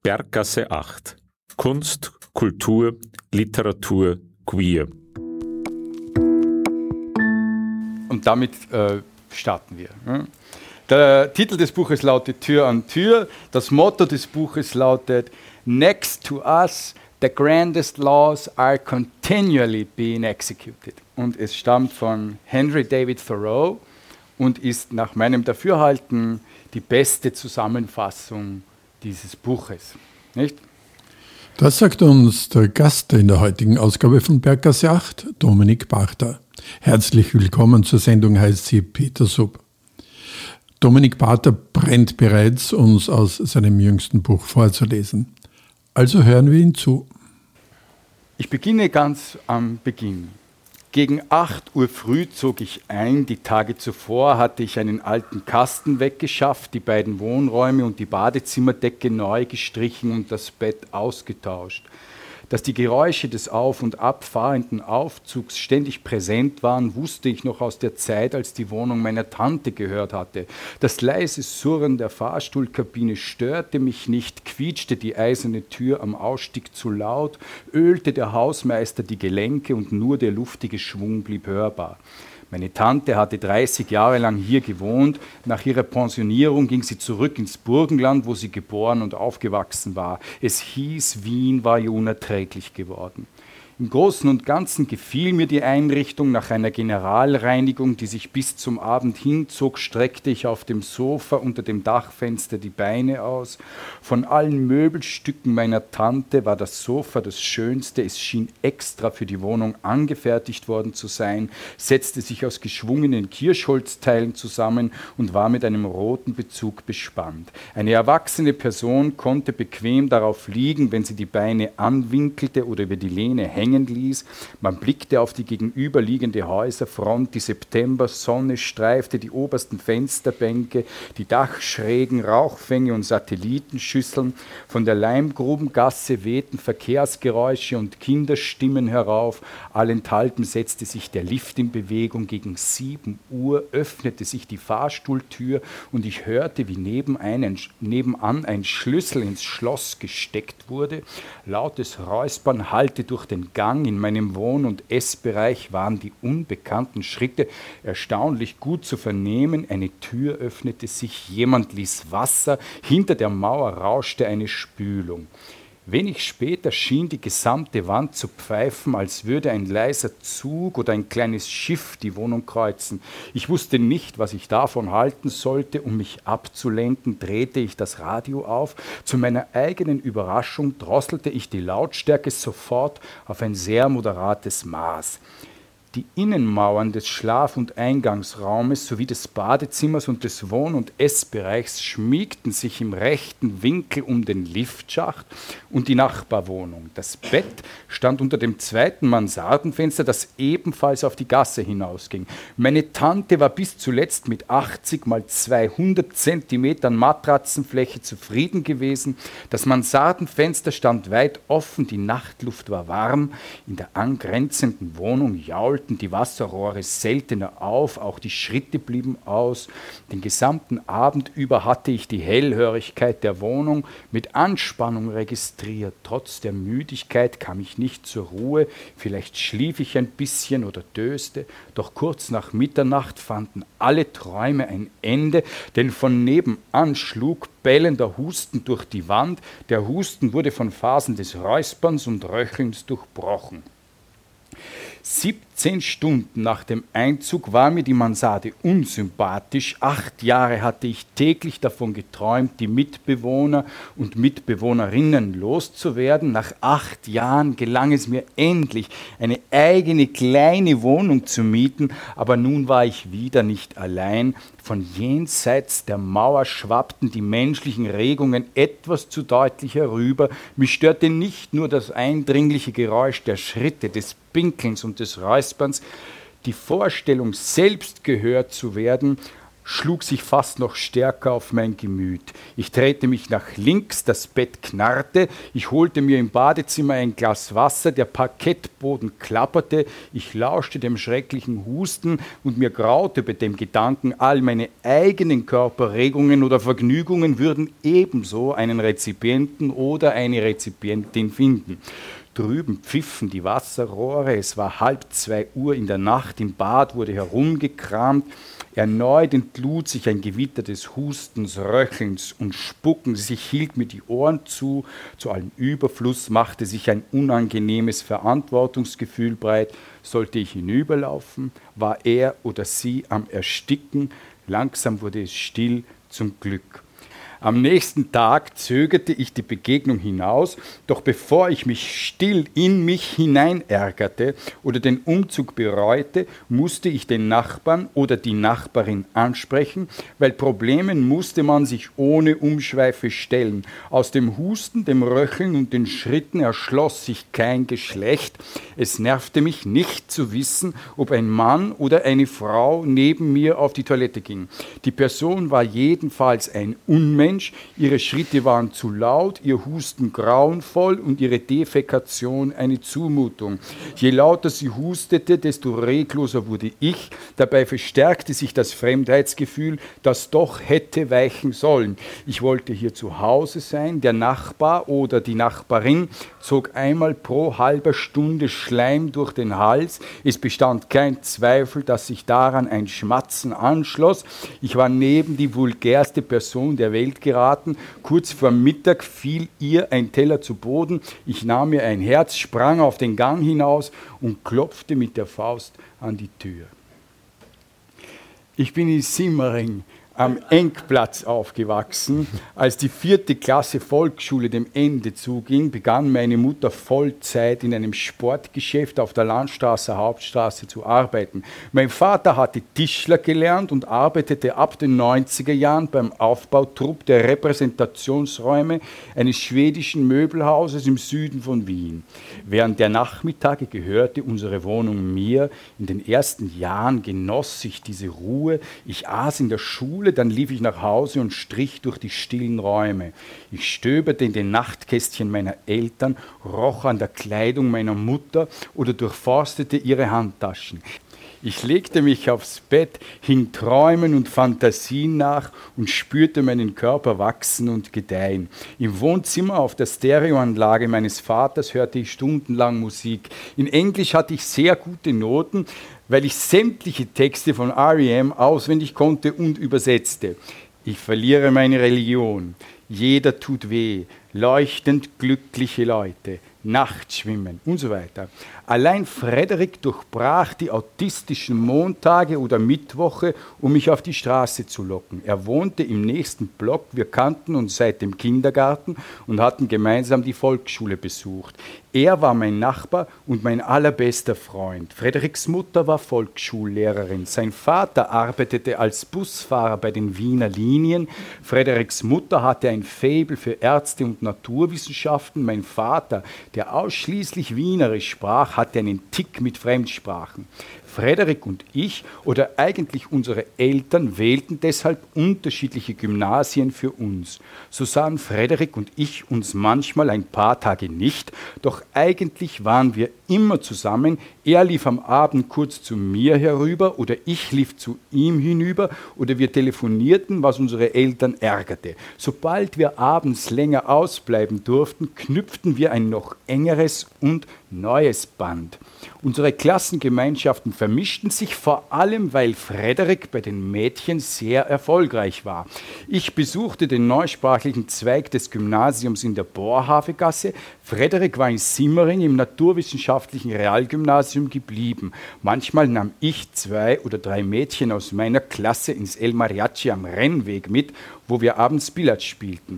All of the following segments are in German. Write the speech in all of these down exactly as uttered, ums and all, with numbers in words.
Berggasse acht. Kunst, Kultur, Literatur, Queer. Und damit äh, starten wir. Ja. Der Titel des Buches lautet Tür an Tür. Das Motto des Buches lautet Next to us, the grandest laws are continually being executed. Und es stammt von Henry David Thoreau und ist nach meinem Dafürhalten die beste Zusammenfassung dieses Buches. Nicht? Das sagt uns der Gast in der heutigen Ausgabe von Berggasse acht, Dominik Barther. Herzlich willkommen zur Sendung, heißt sie Peter Sub. Dominik Barther brennt bereits, uns aus seinem jüngsten Buch vorzulesen. Also hören wir ihm zu. Ich beginne ganz am Beginn. Gegen acht Uhr früh zog ich ein. Die Tage zuvor hatte ich einen alten Kasten weggeschafft, die beiden Wohnräume und die Badezimmerdecke neu gestrichen und das Bett ausgetauscht. Dass die Geräusche des auf- und abfahrenden Aufzugs ständig präsent waren, wusste ich noch aus der Zeit, als die Wohnung meiner Tante gehört hatte. Das leise Surren der Fahrstuhlkabine störte mich nicht, quietschte die eiserne Tür am Ausstieg zu laut, ölte der Hausmeister die Gelenke und nur der luftige Schwung blieb hörbar. Meine Tante hatte dreißig Jahre lang hier gewohnt. Nach ihrer Pensionierung ging sie zurück ins Burgenland, wo sie geboren und aufgewachsen war. Es hieß, Wien war ihr unerträglich geworden. Im Großen und Ganzen gefiel mir die Einrichtung. Nach einer Generalreinigung, die sich bis zum Abend hinzog, streckte ich auf dem Sofa unter dem Dachfenster die Beine aus. Von allen Möbelstücken meiner Tante war das Sofa das Schönste. Es schien extra für die Wohnung angefertigt worden zu sein, setzte sich aus geschwungenen Kirschholzteilen zusammen und war mit einem roten Bezug bespannt. Eine erwachsene Person konnte bequem darauf liegen, wenn sie die Beine anwinkelte oder über die Lehne hängen ließ. Man blickte auf die gegenüberliegende Häuserfront, die Septembersonne streifte die obersten Fensterbänke, die Dachschrägen, Rauchfänge und Satellitenschüsseln. Von der Leimgrubengasse wehten Verkehrsgeräusche und Kinderstimmen herauf. Allenthalben setzte sich der Lift in Bewegung. Gegen sieben Uhr öffnete sich die Fahrstuhltür und ich hörte, wie nebenan, nebenan ein Schlüssel ins Schloss gesteckt wurde. Lautes Räuspern hallte durch den Gang. In meinem Wohn- und Essbereich waren die unbekannten Schritte erstaunlich gut zu vernehmen. Eine Tür öffnete sich, jemand ließ Wasser, hinter der Mauer rauschte eine Spülung. Wenig später schien die gesamte Wand zu pfeifen, als würde ein leiser Zug oder ein kleines Schiff die Wohnung kreuzen. Ich wusste nicht, was ich davon halten sollte. Um mich abzulenken, drehte ich das Radio auf. Zu meiner eigenen Überraschung drosselte ich die Lautstärke sofort auf ein sehr moderates Maß. Die Innenmauern des Schlaf- und Eingangsraumes sowie des Badezimmers und des Wohn- und Essbereichs schmiegten sich im rechten Winkel um den Liftschacht und die Nachbarwohnung. Das Bett stand unter dem zweiten Mansardenfenster, das ebenfalls auf die Gasse hinausging. Meine Tante war bis zuletzt mit achtzig mal zweihundert Zentimetern Matratzenfläche zufrieden gewesen. Das Mansardenfenster stand weit offen, die Nachtluft war warm. In der angrenzenden Wohnung jaulten die Wasserrohre seltener auf, auch die Schritte blieben aus. Den gesamten Abend über hatte ich die Hellhörigkeit der Wohnung mit Anspannung registriert. Trotz der Müdigkeit kam ich nicht zur Ruhe, vielleicht schlief ich ein bisschen oder döste, doch kurz nach Mitternacht fanden alle Träume ein Ende, denn von nebenan schlug bellender Husten durch die Wand. Der Husten wurde von Phasen des Räusperns und Röchelns durchbrochen. siebzehn Stunden nach dem Einzug war mir die Mansarde unsympathisch. Acht Jahre hatte ich täglich davon geträumt, die Mitbewohner und Mitbewohnerinnen loszuwerden. Nach acht Jahren gelang es mir endlich, eine eigene kleine Wohnung zu mieten, aber nun war ich wieder nicht allein. Von jenseits der Mauer schwappten die menschlichen Regungen etwas zu deutlich herüber. Mich störte nicht nur das eindringliche Geräusch der Schritte, des Pinkelns und des Räusperns, die Vorstellung, selbst gehört zu werden, schlug sich fast noch stärker auf mein Gemüt. Ich drehte mich nach links, das Bett knarrte, ich holte mir im Badezimmer ein Glas Wasser, der Parkettboden klapperte, ich lauschte dem schrecklichen Husten und mir graute bei dem Gedanken, all meine eigenen Körperregungen oder Vergnügungen würden ebenso einen Rezipienten oder eine Rezipientin finden. Drüben pfiffen die Wasserrohre, es war halb zwei Uhr in der Nacht, im Bad wurde herumgekramt. Erneut entlud sich ein Gewitter des Hustens, Röchelns und Spuckens. Ich hielt mir die Ohren zu. Zu allem Überfluss machte sich ein unangenehmes Verantwortungsgefühl breit. Sollte ich hinüberlaufen? War er oder sie am Ersticken? Langsam wurde es still, zum Glück. Am nächsten Tag zögerte ich die Begegnung hinaus, doch bevor ich mich still in mich hinein ärgerte oder den Umzug bereute, musste ich den Nachbarn oder die Nachbarin ansprechen, weil Problemen musste man sich ohne Umschweife stellen. Aus dem Husten, dem Röcheln und den Schritten erschloss sich kein Geschlecht. Es nervte mich nicht zu wissen, ob ein Mann oder eine Frau neben mir auf die Toilette ging. Die Person war jedenfalls ein Unmensch. Ihre Schritte waren zu laut, ihr Husten grauenvoll und ihre Defekation eine Zumutung. Je lauter sie hustete, desto regloser wurde ich. Dabei verstärkte sich das Fremdheitsgefühl, das doch hätte weichen sollen. Ich wollte hier zu Hause sein. Der Nachbar oder die Nachbarin zog einmal pro halber Stunde Schleim durch den Hals. Es bestand kein Zweifel, dass sich daran ein Schmatzen anschloss. Ich war neben die vulgärste Person der Welt geraten. Kurz vor Mittag fiel ihr ein Teller zu Boden. Ich nahm mir ein Herz, sprang auf den Gang hinaus und klopfte mit der Faust an die Tür. Ich bin in Simmering am Engplatz aufgewachsen. Als die vierte Klasse Volksschule dem Ende zuging, begann meine Mutter Vollzeit in einem Sportgeschäft auf der Landstraße Hauptstraße zu arbeiten. Mein Vater hatte Tischler gelernt und arbeitete ab den neunziger Jahren beim Aufbautrupp der Repräsentationsräume eines schwedischen Möbelhauses im Süden von Wien. Während der Nachmittage gehörte unsere Wohnung mir. In den ersten Jahren genoss ich diese Ruhe. Ich aß in der Schule, dann lief ich nach Hause und strich durch die stillen Räume. Ich stöberte in den Nachtkästchen meiner Eltern, roch an der Kleidung meiner Mutter oder durchforstete ihre Handtaschen. Ich legte mich aufs Bett, hing Träumen und Fantasien nach und spürte meinen Körper wachsen und gedeihen. Im Wohnzimmer auf der Stereoanlage meines Vaters hörte ich stundenlang Musik. In Englisch hatte ich sehr gute Noten, weil ich sämtliche Texte von R E M auswendig konnte und übersetzte. Ich verliere meine Religion. Jeder tut weh. Leuchtend glückliche Leute. Nachtschwimmen und so weiter. Allein Frederik durchbrach die autistischen Montage oder Mittwoche, um mich auf die Straße zu locken. Er wohnte im nächsten Block, wir kannten uns seit dem Kindergarten und hatten gemeinsam die Volksschule besucht. Er war mein Nachbar und mein allerbester Freund. Frederiks Mutter war Volksschullehrerin. Sein Vater arbeitete als Busfahrer bei den Wiener Linien. Frederiks Mutter hatte ein Faible für Ärzte und Naturwissenschaften. Mein Vater, der ausschließlich Wienerisch sprach, hatte einen Tick mit Fremdsprachen. Frederik und ich, oder eigentlich unsere Eltern, wählten deshalb unterschiedliche Gymnasien für uns. So sahen Frederik und ich uns manchmal ein paar Tage nicht, doch eigentlich waren wir immer zusammen. Er lief am Abend kurz zu mir herüber oder ich lief zu ihm hinüber oder wir telefonierten, was unsere Eltern ärgerte. Sobald wir abends länger ausbleiben durften, knüpften wir ein noch engeres und neues Band. Unsere Klassengemeinschaften vermischten sich vor allem, weil Frederik bei den Mädchen sehr erfolgreich war. Ich besuchte den neusprachlichen Zweig des Gymnasiums in der Bohrhafegasse. Frederik war in Simmering im naturwissenschaftlichen Realgymnasium geblieben. Manchmal nahm ich zwei oder drei Mädchen aus meiner Klasse ins El Mariachi am Rennweg mit, wo wir abends Billard spielten.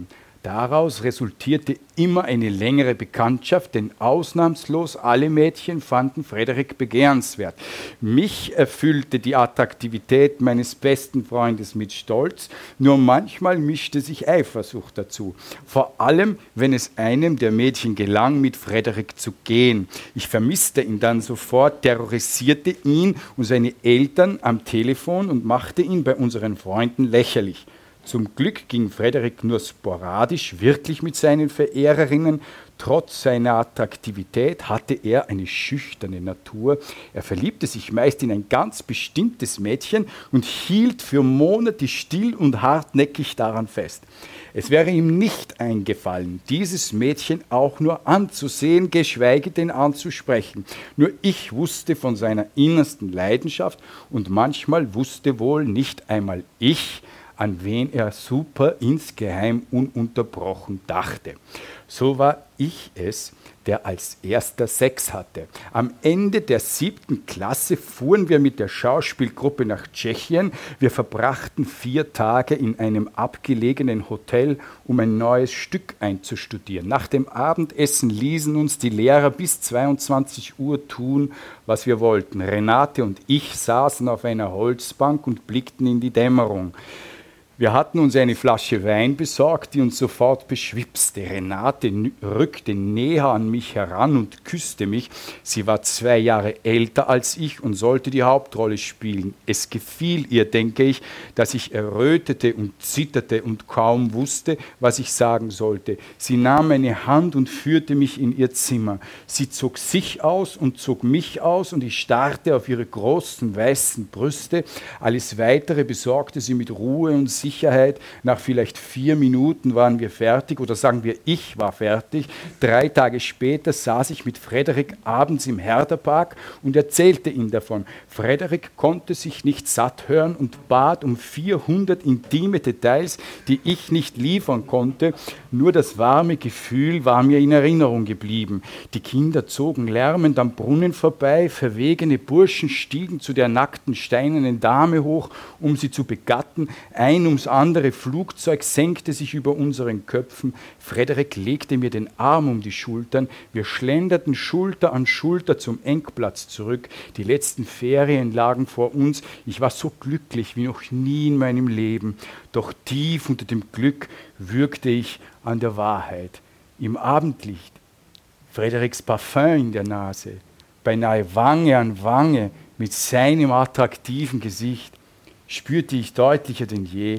Daraus resultierte immer eine längere Bekanntschaft, denn ausnahmslos alle Mädchen fanden Frederik begehrenswert. Mich erfüllte die Attraktivität meines besten Freundes mit Stolz, nur manchmal mischte sich Eifersucht dazu. Vor allem, wenn es einem der Mädchen gelang, mit Frederik zu gehen. Ich vermisste ihn dann sofort, terrorisierte ihn und seine Eltern am Telefon und machte ihn bei unseren Freunden lächerlich. Zum Glück ging Frederik nur sporadisch wirklich mit seinen Verehrerinnen. Trotz seiner Attraktivität hatte er eine schüchterne Natur. Er verliebte sich meist in ein ganz bestimmtes Mädchen und hielt für Monate still und hartnäckig daran fest. Es wäre ihm nicht eingefallen, dieses Mädchen auch nur anzusehen, geschweige denn anzusprechen. Nur ich wusste von seiner innersten Leidenschaft und manchmal wusste wohl nicht einmal ich, an wen er super insgeheim ununterbrochen dachte. So war ich es, der als erster Sex hatte. Am Ende der siebten Klasse fuhren wir mit der Schauspielgruppe nach Tschechien. Wir verbrachten vier Tage in einem abgelegenen Hotel, um ein neues Stück einzustudieren. Nach dem Abendessen ließen uns die Lehrer bis zweiundzwanzig Uhr tun, was wir wollten. Renate und ich saßen auf einer Holzbank und blickten in die Dämmerung. Wir hatten uns eine Flasche Wein besorgt, die uns sofort beschwipste. Renate rückte näher an mich heran und küsste mich. Sie war zwei Jahre älter als ich und sollte die Hauptrolle spielen. Es gefiel ihr, denke ich, dass ich errötete und zitterte und kaum wusste, was ich sagen sollte. Sie nahm meine Hand und führte mich in ihr Zimmer. Sie zog sich aus und zog mich aus und ich starrte auf ihre großen weißen Brüste. Alles Weitere besorgte sie mit Ruhe und Sicherheit. Nach vielleicht vier Minuten waren wir fertig, oder sagen wir, ich war fertig. Drei Tage später saß ich mit Frederik abends im Herderpark und erzählte ihm davon. Frederik konnte sich nicht satt hören und bat um vierhundert intime Details, die ich nicht liefern konnte. Nur das warme Gefühl war mir in Erinnerung geblieben. Die Kinder zogen lärmend am Brunnen vorbei, verwegene Burschen stiegen zu der nackten steinernen Dame hoch, um sie zu begatten. Ein ums andere Flugzeug senkte sich über unseren Köpfen. Frederik legte mir den Arm um die Schultern. Wir schlenderten Schulter an Schulter zum Engplatz zurück. Die letzten Ferien lagen vor uns. Ich war so glücklich wie noch nie in meinem Leben. Doch tief unter dem Glück würgte ich an der Wahrheit. Im Abendlicht, Frederiks Parfum in der Nase, beinahe Wange an Wange mit seinem attraktiven Gesicht, spürte ich deutlicher denn je,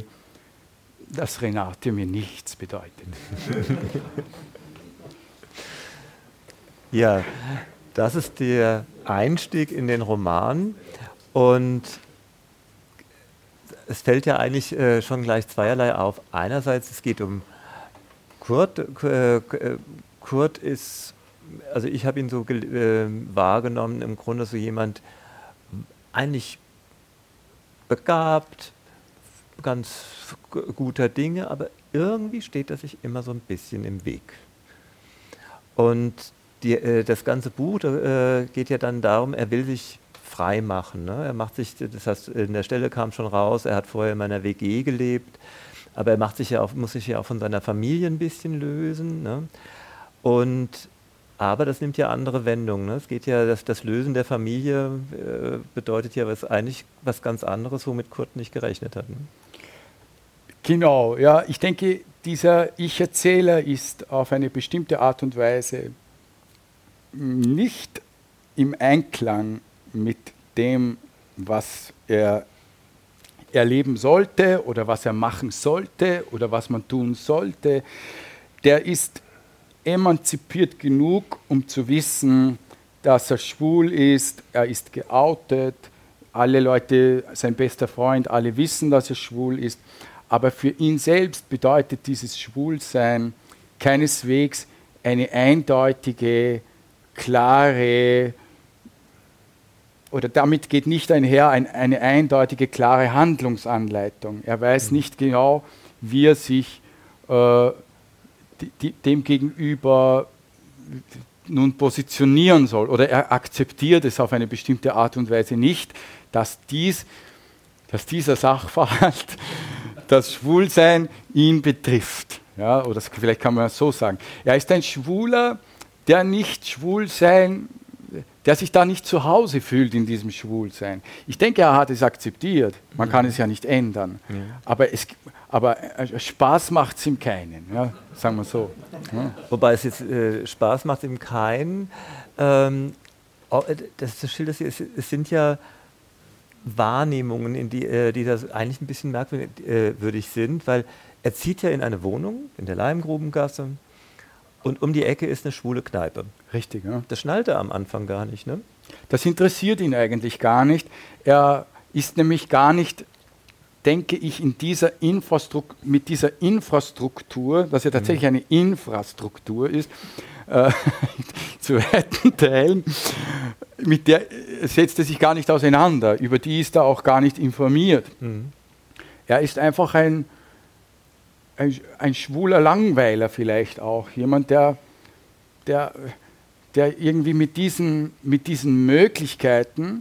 dass Renate mir nichts bedeutet. Ja, das ist der Einstieg in den Roman und es fällt ja eigentlich äh, schon gleich zweierlei auf. Einerseits, es geht um Kurt. Äh, Kurt ist, also ich habe ihn so äh, wahrgenommen, im Grunde so jemand, eigentlich begabt, ganz guter Dinge, aber irgendwie steht er sich immer so ein bisschen im Weg. Und die, äh, das ganze Buch äh, geht ja dann darum, er will sich frei machen. Ne? Er macht sich, das heißt, in der Stelle kam schon raus, er hat vorher in meiner W G gelebt, aber er macht sich ja auch, muss sich ja auch von seiner Familie ein bisschen lösen. Ne? Und aber das nimmt ja andere Wendungen. Ne? Es geht ja, das, das Lösen der Familie äh, bedeutet ja was eigentlich was ganz anderes, womit Kurt nicht gerechnet hat. Ne? Genau, ja, ich denke, dieser Ich-Erzähler ist auf eine bestimmte Art und Weise nicht im Einklang mit dem, was er erleben sollte oder was er machen sollte oder was man tun sollte. Der ist emanzipiert genug, um zu wissen, dass er schwul ist, er ist geoutet, alle Leute, sein bester Freund, alle wissen, dass er schwul ist, aber für ihn selbst bedeutet dieses Schwulsein keineswegs eine eindeutige, klare, oder damit geht nicht einher ein, eine eindeutige, klare Handlungsanleitung. Er weiß nicht genau, wie er sich äh, die, dem gegenüber nun positionieren soll, oder er akzeptiert es auf eine bestimmte Art und Weise nicht, dass, dies, dass dieser Sachverhalt, das Schwulsein, ihn betrifft. Ja, oder das, vielleicht kann man es so sagen. Er ist ein Schwuler, der nicht schwul sein, der sich da nicht zu Hause fühlt in diesem Schwulsein. Ich denke, er hat es akzeptiert. Man mhm. kann es ja nicht ändern. Ja. Aber, es, aber Spaß macht es ihm keinen, ja, sagen wir so. Ja. Wobei es jetzt äh, Spaß macht ihm keinen. Ähm, das, das Schild, das hier, es, es sind ja Wahrnehmungen, in die, äh, die das eigentlich ein bisschen merkwürdig äh, sind, weil er zieht ja in eine Wohnung in der Leimgrubengasse und um die Ecke ist eine schwule Kneipe. Richtig, ja. Das schnallt er am Anfang gar nicht, ne? Das interessiert ihn eigentlich gar nicht. Er ist nämlich gar nicht, denke ich, in dieser Infrastruktur, mit dieser Infrastruktur, dass er tatsächlich mhm. eine Infrastruktur ist, äh, zu weiten Teilen, mit der setzt er sich gar nicht auseinander, über die ist er auch gar nicht informiert. Mhm. Er ist einfach ein, ein, ein schwuler Langweiler vielleicht auch, jemand, der, der, der irgendwie mit diesen, mit diesen Möglichkeiten,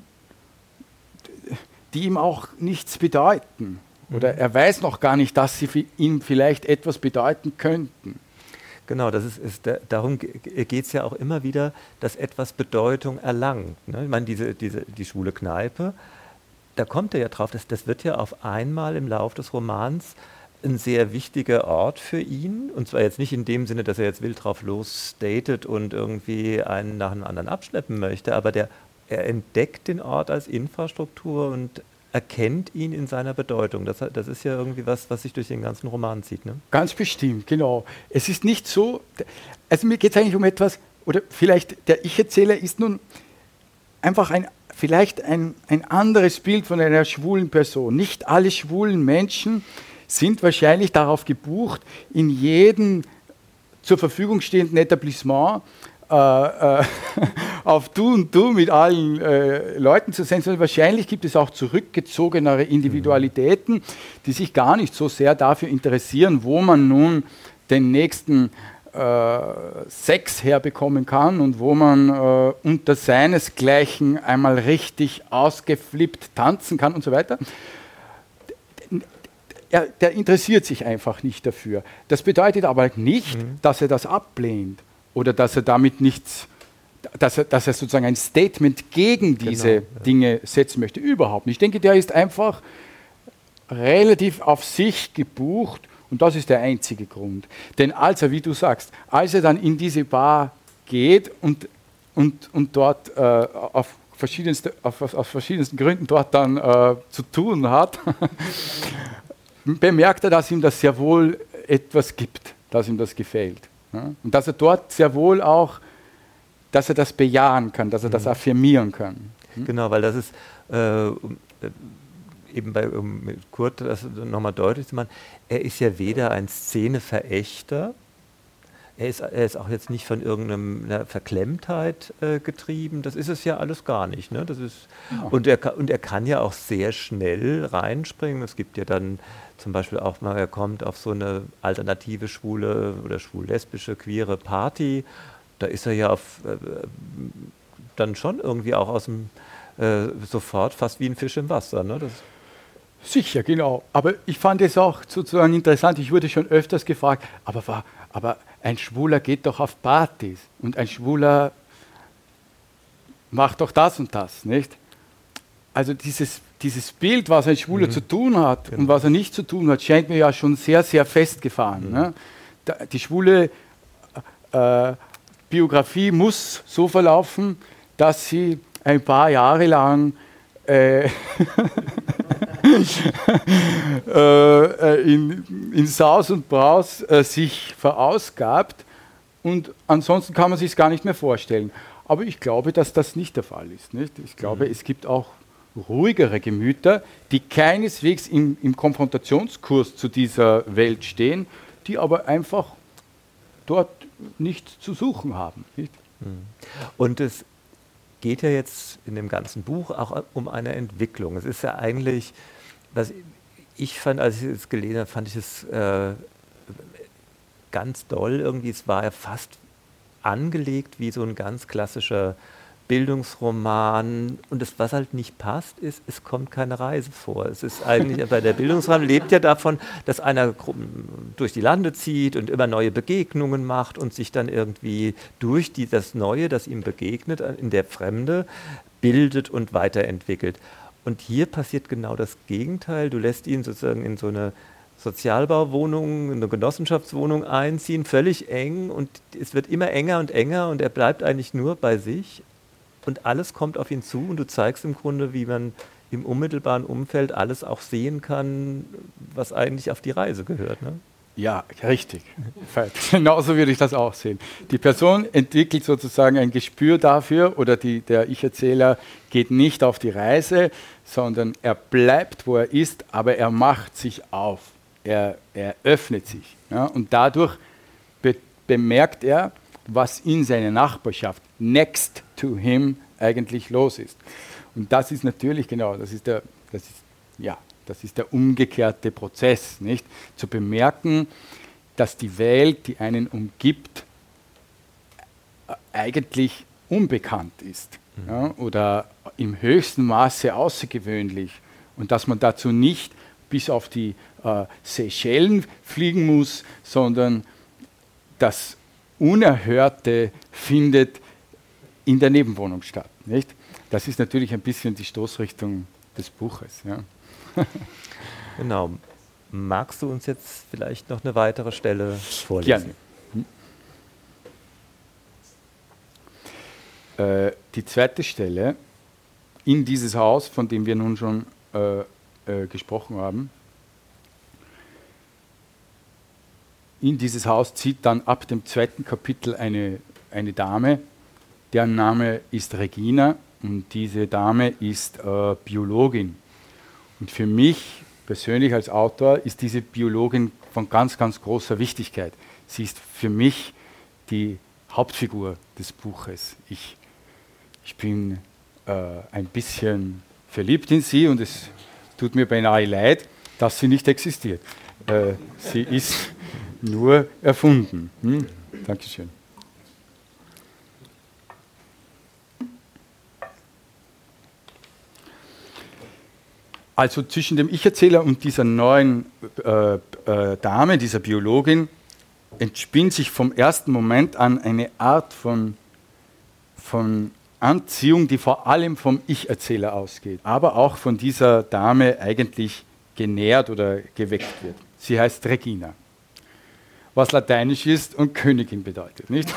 die ihm auch nichts bedeuten, mhm. oder er weiß noch gar nicht, dass sie für ihn vielleicht etwas bedeuten könnten. Genau, das ist, ist da, darum geht es ja auch immer wieder, dass etwas Bedeutung erlangt. Ne? Ich meine, diese, diese, die schwule Kneipe, da kommt er ja drauf, das, das wird ja auf einmal im Lauf des Romans ein sehr wichtiger Ort für ihn. Und zwar jetzt nicht in dem Sinne, dass er jetzt wild drauf los datet und irgendwie einen nach dem anderen abschleppen möchte, aber der, er entdeckt den Ort als Infrastruktur und erkennt ihn in seiner Bedeutung. Das, das ist ja irgendwie was, was sich durch den ganzen Roman zieht. Ne? Ganz bestimmt, genau. Es ist nicht so, also mir geht es eigentlich um etwas, oder vielleicht der Ich-Erzähler ist nun einfach ein, vielleicht ein, ein anderes Bild von einer schwulen Person. Nicht alle schwulen Menschen sind wahrscheinlich darauf gebucht, in jedem zur Verfügung stehenden Etablissement Äh, äh, auf Du und Du mit allen äh, Leuten zu sein, sondern wahrscheinlich gibt es auch zurückgezogenere Individualitäten, die sich gar nicht so sehr dafür interessieren, wo man nun den nächsten äh, Sex herbekommen kann und wo man äh, unter seinesgleichen einmal richtig ausgeflippt tanzen kann und so weiter. Er, der interessiert sich einfach nicht dafür. Das bedeutet aber nicht, mhm. dass er das ablehnt. Oder dass er damit nichts, dass er, dass er sozusagen ein Statement gegen diese genau, ja. Dinge setzen möchte. Überhaupt nicht. Ich denke, der ist einfach relativ auf sich gebucht und das ist der einzige Grund. Denn als er, wie du sagst, als er dann in diese Bar geht und, und, und dort äh, auf, verschiedenste, auf, auf verschiedensten Gründen dort dann äh, zu tun hat, bemerkt er, dass ihm das sehr wohl etwas gibt, dass ihm das gefällt. Ja? Und dass er dort sehr wohl auch, dass er das bejahen kann, dass er mhm. das affirmieren kann. Hm? Genau, weil das ist äh, eben bei um, mit Kurt das nochmal deutlich zu machen, er ist ja weder ein Szeneverächter, er ist, er ist auch jetzt nicht von irgendeiner Verklemmtheit äh, getrieben, das ist es ja alles gar nicht. Ne? Das ist, ja. und, er, und er kann ja auch sehr schnell reinspringen, es gibt ja dann zum Beispiel auch mal, er kommt auf so eine alternative schwule oder schwul-lesbische, queere Party, da ist er ja auf, äh, dann schon irgendwie auch aus dem, äh, sofort fast wie ein Fisch im Wasser. Ne? Das Sicher, genau. Aber ich fand es auch sozusagen interessant, ich wurde schon öfters gefragt, aber, war, aber ein Schwuler geht doch auf Partys und ein Schwuler macht doch das und das, nicht? Also dieses, dieses Bild, was ein Schwuler mhm. zu tun hat genau. und was er nicht zu tun hat, scheint mir ja schon sehr, sehr festgefahren. Mhm. Ne? Die schwule äh, Biografie muss so verlaufen, dass sie ein paar Jahre lang äh, äh, in, in Saus und Braus äh, sich verausgabt und ansonsten kann man sich es gar nicht mehr vorstellen. Aber ich glaube, dass das nicht der Fall ist. Nicht? Ich glaube, mhm. es gibt auch ruhigere Gemüter, die keineswegs im, im Konfrontationskurs zu dieser Welt stehen, die aber einfach dort nichts zu suchen haben. Nicht? Und es geht ja jetzt in dem ganzen Buch auch um eine Entwicklung. Es ist ja eigentlich, was ich fand, als ich es gelesen habe, fand ich es äh, ganz doll irgendwie. Es war ja fast angelegt wie so ein ganz klassischer Bildungsroman. Und das, was halt nicht passt, ist, es kommt keine Reise vor. Es ist eigentlich, bei der Bildungsroman lebt ja davon, dass einer durch die Lande zieht und immer neue Begegnungen macht und sich dann irgendwie durch die, das Neue, das ihm begegnet, in der Fremde, bildet und weiterentwickelt. Und hier passiert genau das Gegenteil. Du lässt ihn sozusagen in so eine Sozialbauwohnung, eine Genossenschaftswohnung einziehen, völlig eng, und es wird immer enger und enger und er bleibt eigentlich nur bei sich und alles kommt auf ihn zu und du zeigst im Grunde, wie man im unmittelbaren Umfeld alles auch sehen kann, was eigentlich auf die Reise gehört. Ne? Ja, richtig. Genauso würde ich das auch sehen. Die Person entwickelt sozusagen ein Gespür dafür, oder die, der Ich-Erzähler geht nicht auf die Reise, sondern er bleibt, wo er ist, aber er macht sich auf. Er, er öffnet sich. Ja, und dadurch be bemerkt er, was in seiner Nachbarschaft, next to him, eigentlich los ist. Und das ist natürlich, genau, das ist der, das ist, ja, das ist der umgekehrte Prozess, nicht? Zu bemerken, dass die Welt, die einen umgibt, eigentlich unbekannt ist, mhm. ja, oder im höchsten Maße außergewöhnlich, und dass man dazu nicht bis auf die äh, Seychellen fliegen muss, sondern das Unerhörte findet in der Nebenwohnung statt. Nicht? Das ist natürlich ein bisschen die Stoßrichtung des Buches. Ja. Genau. Magst du uns jetzt vielleicht noch eine weitere Stelle vorlesen? Gerne. Äh, die zweite Stelle in dieses Haus, von dem wir nun schon äh, äh, gesprochen haben. In dieses Haus zieht dann ab dem zweiten Kapitel eine, eine Dame, deren Name ist Regina, und diese Dame ist äh, Biologin. Und für mich persönlich als Autor ist diese Biologin von ganz, ganz großer Wichtigkeit. Sie ist für mich die Hauptfigur des Buches. Ich, ich bin äh, ein bisschen verliebt in sie, und es tut mir beinahe leid, dass sie nicht existiert. Äh, sie ist nur erfunden. Hm? Dankeschön. Also zwischen dem Ich-Erzähler und dieser neuen äh, äh, Dame, dieser Biologin, entspinnt sich vom ersten Moment an eine Art von, von Anziehung, die vor allem vom Ich-Erzähler ausgeht, aber auch von dieser Dame eigentlich genährt oder geweckt wird. Sie heißt Regina, was lateinisch ist und Königin bedeutet, nicht?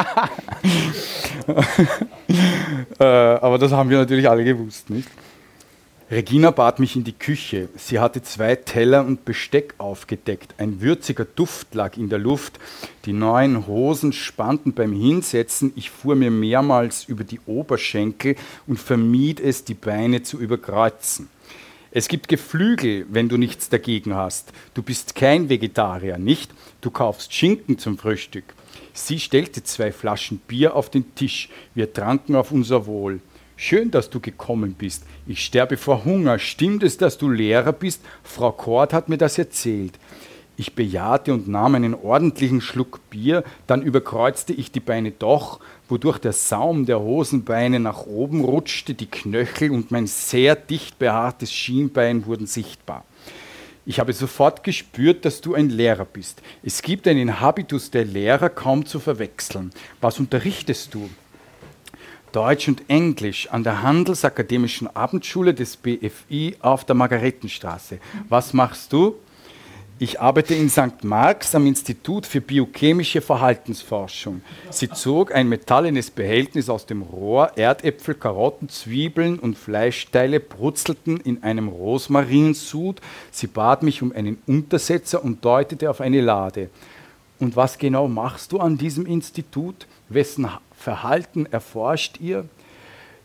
äh, aber das haben wir natürlich alle gewusst, nicht? Regina bat mich in die Küche. Sie hatte zwei Teller und Besteck aufgedeckt. Ein würziger Duft lag in der Luft. Die neuen Hosen spannten beim Hinsetzen. Ich fuhr mir mehrmals über die Oberschenkel und vermied es, die Beine zu überkreuzen. Es gibt Geflügel, wenn du nichts dagegen hast. Du bist kein Vegetarier, nicht? Du kaufst Schinken zum Frühstück. Sie stellte zwei Flaschen Bier auf den Tisch. Wir tranken auf unser Wohl. Schön, dass du gekommen bist. Ich sterbe vor Hunger. Stimmt es, dass du Lehrer bist? Frau Kort hat mir das erzählt. Ich bejahte und nahm einen ordentlichen Schluck Bier, dann überkreuzte ich die Beine doch, wodurch der Saum der Hosenbeine nach oben rutschte, die Knöchel und mein sehr dicht behaartes Schienbein wurden sichtbar. Ich habe sofort gespürt, dass du ein Lehrer bist. Es gibt einen Habitus der Lehrer kaum zu verwechseln. Was unterrichtest du? Deutsch und Englisch an der Handelsakademischen Abendschule des B F I auf der Margaretenstraße. Was machst du? Ich arbeite in Sankt Marx am Institut für biochemische Verhaltensforschung. Sie zog ein metallenes Behältnis aus dem Rohr, Erdäpfel, Karotten, Zwiebeln und Fleischteile brutzelten in einem Rosmarinsud. Sie bat mich um einen Untersetzer und deutete auf eine Lade. Und was genau machst du an diesem Institut? Wessen Verhalten erforscht ihr?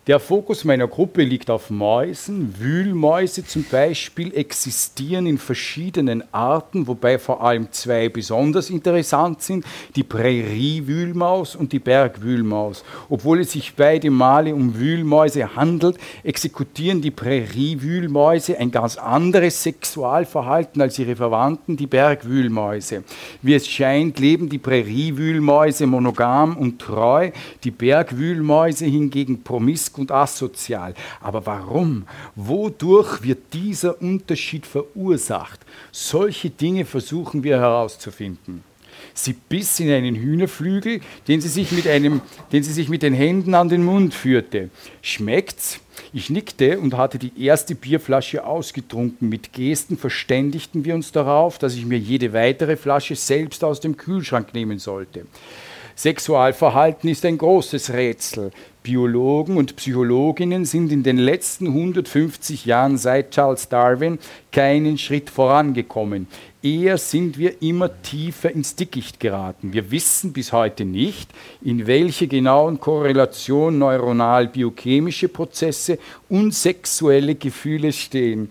Der Fokus meiner Gruppe liegt auf Mäusen. Wühlmäuse zum Beispiel existieren in verschiedenen Arten, wobei vor allem zwei besonders interessant sind, die Präriewühlmaus und die Bergwühlmaus. Obwohl es sich beide Male um Wühlmäuse handelt, exekutieren die Präriewühlmäuse ein ganz anderes Sexualverhalten als ihre Verwandten, die Bergwühlmäuse. Wie es scheint, leben die Präriewühlmäuse monogam und treu, die Bergwühlmäuse hingegen promiskuo und asozial. Aber warum? Wodurch wird dieser Unterschied verursacht? Solche Dinge versuchen wir herauszufinden. Sie biss in einen Hühnerflügel, den sie sich mit, einem, den sie sich mit den Händen an den Mund führte. Schmeckt's? Ich nickte und hatte die erste Bierflasche ausgetrunken. Mit Gesten verständigten wir uns darauf, dass ich mir jede weitere Flasche selbst aus dem Kühlschrank nehmen sollte. Sexualverhalten ist ein großes Rätsel. Biologen und Psychologinnen sind in den letzten hundertfünfzig Jahren seit Charles Darwin keinen Schritt vorangekommen. Eher sind wir immer tiefer ins Dickicht geraten. Wir wissen bis heute nicht, in welcher genauen Korrelation neuronal-biochemische Prozesse und sexuelle Gefühle stehen.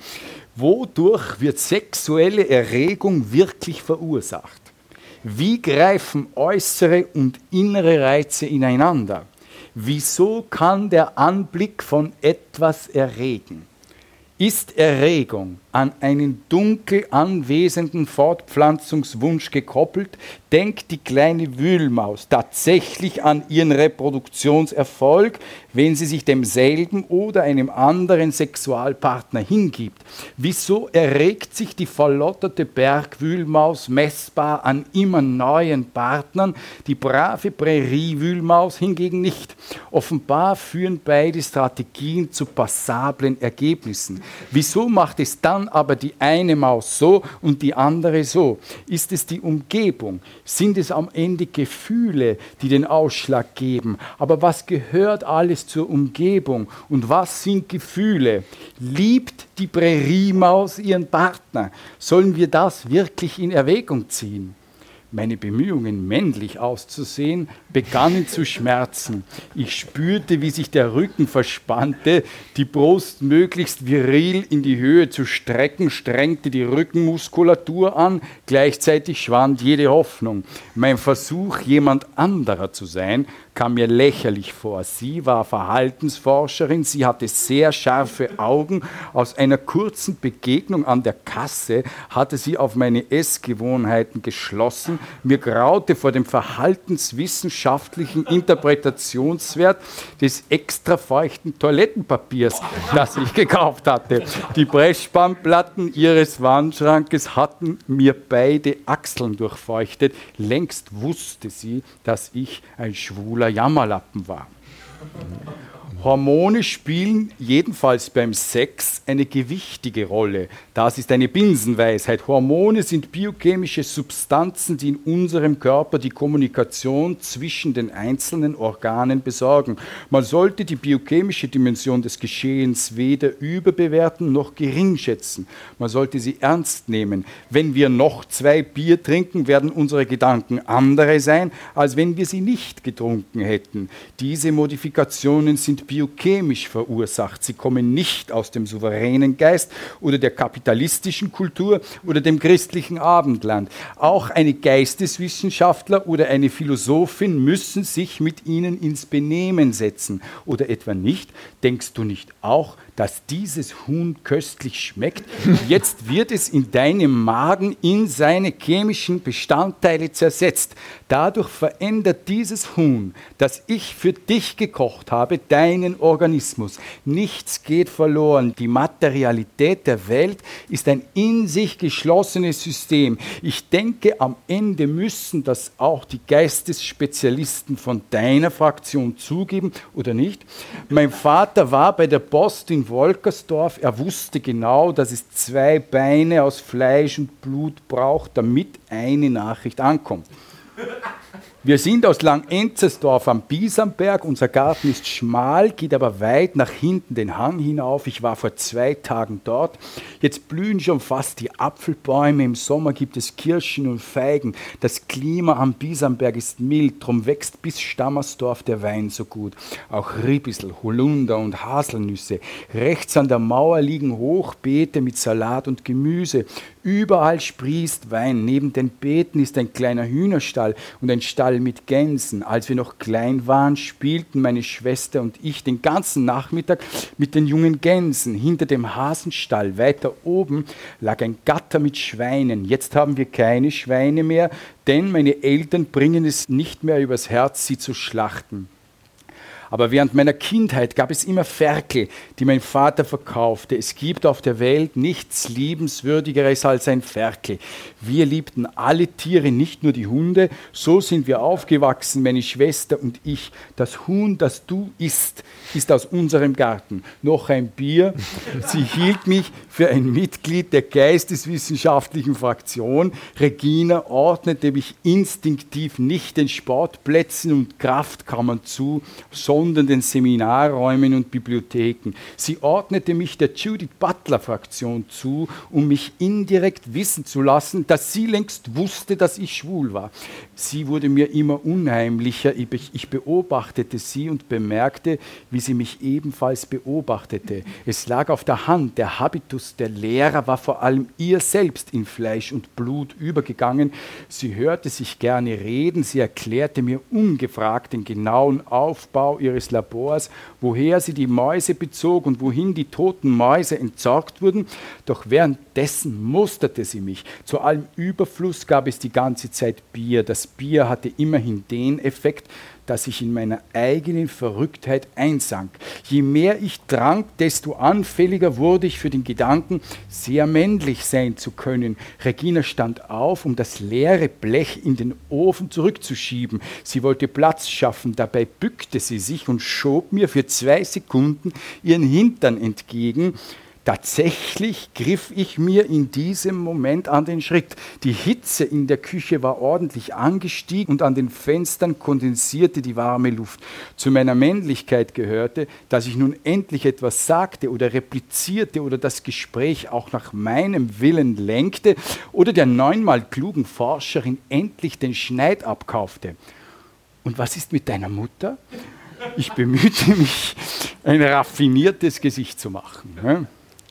Wodurch wird sexuelle Erregung wirklich verursacht? Wie greifen äußere und innere Reize ineinander? Wieso kann der Anblick von etwas erregen? Ist Erregung an einen dunkel anwesenden Fortpflanzungswunsch gekoppelt, denkt die kleine Wühlmaus tatsächlich an ihren Reproduktionserfolg, wenn sie sich demselben oder einem anderen Sexualpartner hingibt. Wieso erregt sich die verlotterte Bergwühlmaus messbar an immer neuen Partnern, die brave Präriewühlmaus hingegen nicht? Offenbar führen beide Strategien zu passablen Ergebnissen. Wieso macht es dann aber die eine Maus so und die andere so? Ist es die Umgebung? Sind es am Ende Gefühle, die den Ausschlag geben? Aber was gehört alles zur Umgebung? Und was sind Gefühle? Liebt die Präriemaus ihren Partner? Sollen wir das wirklich in Erwägung ziehen? Meine Bemühungen, männlich auszusehen, begannen zu schmerzen. Ich spürte, wie sich der Rücken verspannte, die Brust möglichst viril in die Höhe zu strecken, strengte die Rückenmuskulatur an, gleichzeitig schwand jede Hoffnung. Mein Versuch, jemand anderer zu sein, kam mir lächerlich vor. Sie war Verhaltensforscherin, sie hatte sehr scharfe Augen. Aus einer kurzen Begegnung an der Kasse hatte sie auf meine Essgewohnheiten geschlossen. Mir graute vor dem verhaltenswissenschaftlichen Interpretationswert des extra feuchten Toilettenpapiers, das ich gekauft hatte. Die Pressspanplatten ihres Wandschrankes hatten mir beide Achseln durchfeuchtet. Längst wusste sie, dass ich ein schwuler Jammerlappen war. Hormone spielen jedenfalls beim Sex eine gewichtige Rolle. Das ist eine Binsenweisheit. Hormone sind biochemische Substanzen, die in unserem Körper die Kommunikation zwischen den einzelnen Organen besorgen. Man sollte die biochemische Dimension des Geschehens weder überbewerten noch geringschätzen. Man sollte sie ernst nehmen. Wenn wir noch zwei Bier trinken, werden unsere Gedanken andere sein, als wenn wir sie nicht getrunken hätten. Diese Modifikationen sind biochemisch verursacht. Sie kommen nicht aus dem souveränen Geist oder der kapitalistischen Kultur oder dem christlichen Abendland. Auch eine Geisteswissenschaftler oder eine Philosophin müssen sich mit ihnen ins Benehmen setzen. Oder etwa nicht? Denkst du nicht auch, dass dieses Huhn köstlich schmeckt? Jetzt wird es in deinem Magen in seine chemischen Bestandteile zersetzt. Dadurch verändert dieses Huhn, das ich für dich gekocht habe, deinen Organismus. Nichts geht verloren. Die Materialität der Welt ist ein in sich geschlossenes System. Ich denke, am Ende müssen das auch die Geistesspezialisten von deiner Fraktion zugeben, oder nicht? Mein Vater war bei der Post in Wolkersdorf. Er wusste genau, dass es zwei Beine aus Fleisch und Blut braucht, damit eine Nachricht ankommt. Wir sind aus Langenzersdorf am Biesamberg. Unser Garten ist schmal, geht aber weit nach hinten den Hang hinauf. Ich war vor zwei Tagen dort. Jetzt blühen schon fast die Apfelbäume. Im Sommer gibt es Kirschen und Feigen. Das Klima am Biesamberg ist mild, drum wächst bis Stammersdorf der Wein so gut. Auch Ribissel, Holunder und Haselnüsse. Rechts an der Mauer liegen Hochbeete mit Salat und Gemüse. Überall sprießt Wein. Neben den Beeten ist ein kleiner Hühnerstall und ein Stall mit Gänsen. Als wir noch klein waren, spielten meine Schwester und ich den ganzen Nachmittag mit den jungen Gänsen. Hinter dem Hasenstall, weiter oben, lag ein Gatter mit Schweinen. Jetzt haben wir keine Schweine mehr, denn meine Eltern bringen es nicht mehr übers Herz, sie zu schlachten. Aber während meiner Kindheit gab es immer Ferkel, die mein Vater verkaufte. Es gibt auf der Welt nichts Liebenswürdigeres als ein Ferkel. Wir liebten alle Tiere, nicht nur die Hunde. So sind wir aufgewachsen, meine Schwester und ich. Das Huhn, das du isst, ist aus unserem Garten. Noch ein Bier. Sie hielt mich für ein Mitglied der geisteswissenschaftlichen Fraktion. Regina ordnete mich instinktiv nicht den Sportplätzen und Kraftkammern zu, sondern den Seminarräumen und Bibliotheken. Sie ordnete mich der Judith Butler-Fraktion zu, um mich indirekt wissen zu lassen, dass sie längst wusste, dass ich schwul war. Sie wurde mir immer unheimlicher. Ich beobachtete sie und bemerkte, wie sie mich ebenfalls beobachtete. Es lag auf der Hand, der Habitus der Lehrer war vor allem ihr selbst in Fleisch und Blut übergegangen. Sie hörte sich gerne reden, sie erklärte mir ungefragt den genauen Aufbau ihres Labors, woher sie die Mäuse bezog und wohin die toten Mäuse entsorgt wurden. Doch währenddessen musterte sie mich. Zu allem Überfluss gab es die ganze Zeit Bier. Das Bier hatte immerhin den Effekt, dass ich in meiner eigenen Verrücktheit einsank. Je mehr ich trank, desto anfälliger wurde ich für den Gedanken, sehr männlich sein zu können. Regina stand auf, um das leere Blech in den Ofen zurückzuschieben. Sie wollte Platz schaffen, dabei bückte sie sich und schob mir für zwei Sekunden ihren Hintern entgegen. Tatsächlich griff ich mir in diesem Moment an den Schritt. Die Hitze in der Küche war ordentlich angestiegen und an den Fenstern kondensierte die warme Luft. Zu meiner Männlichkeit gehörte, dass ich nun endlich etwas sagte oder replizierte oder das Gespräch auch nach meinem Willen lenkte oder der neunmal klugen Forscherin endlich den Schneid abkaufte. Und was ist mit deiner Mutter? Ich bemühte mich, ein raffiniertes Gesicht zu machen. Ne?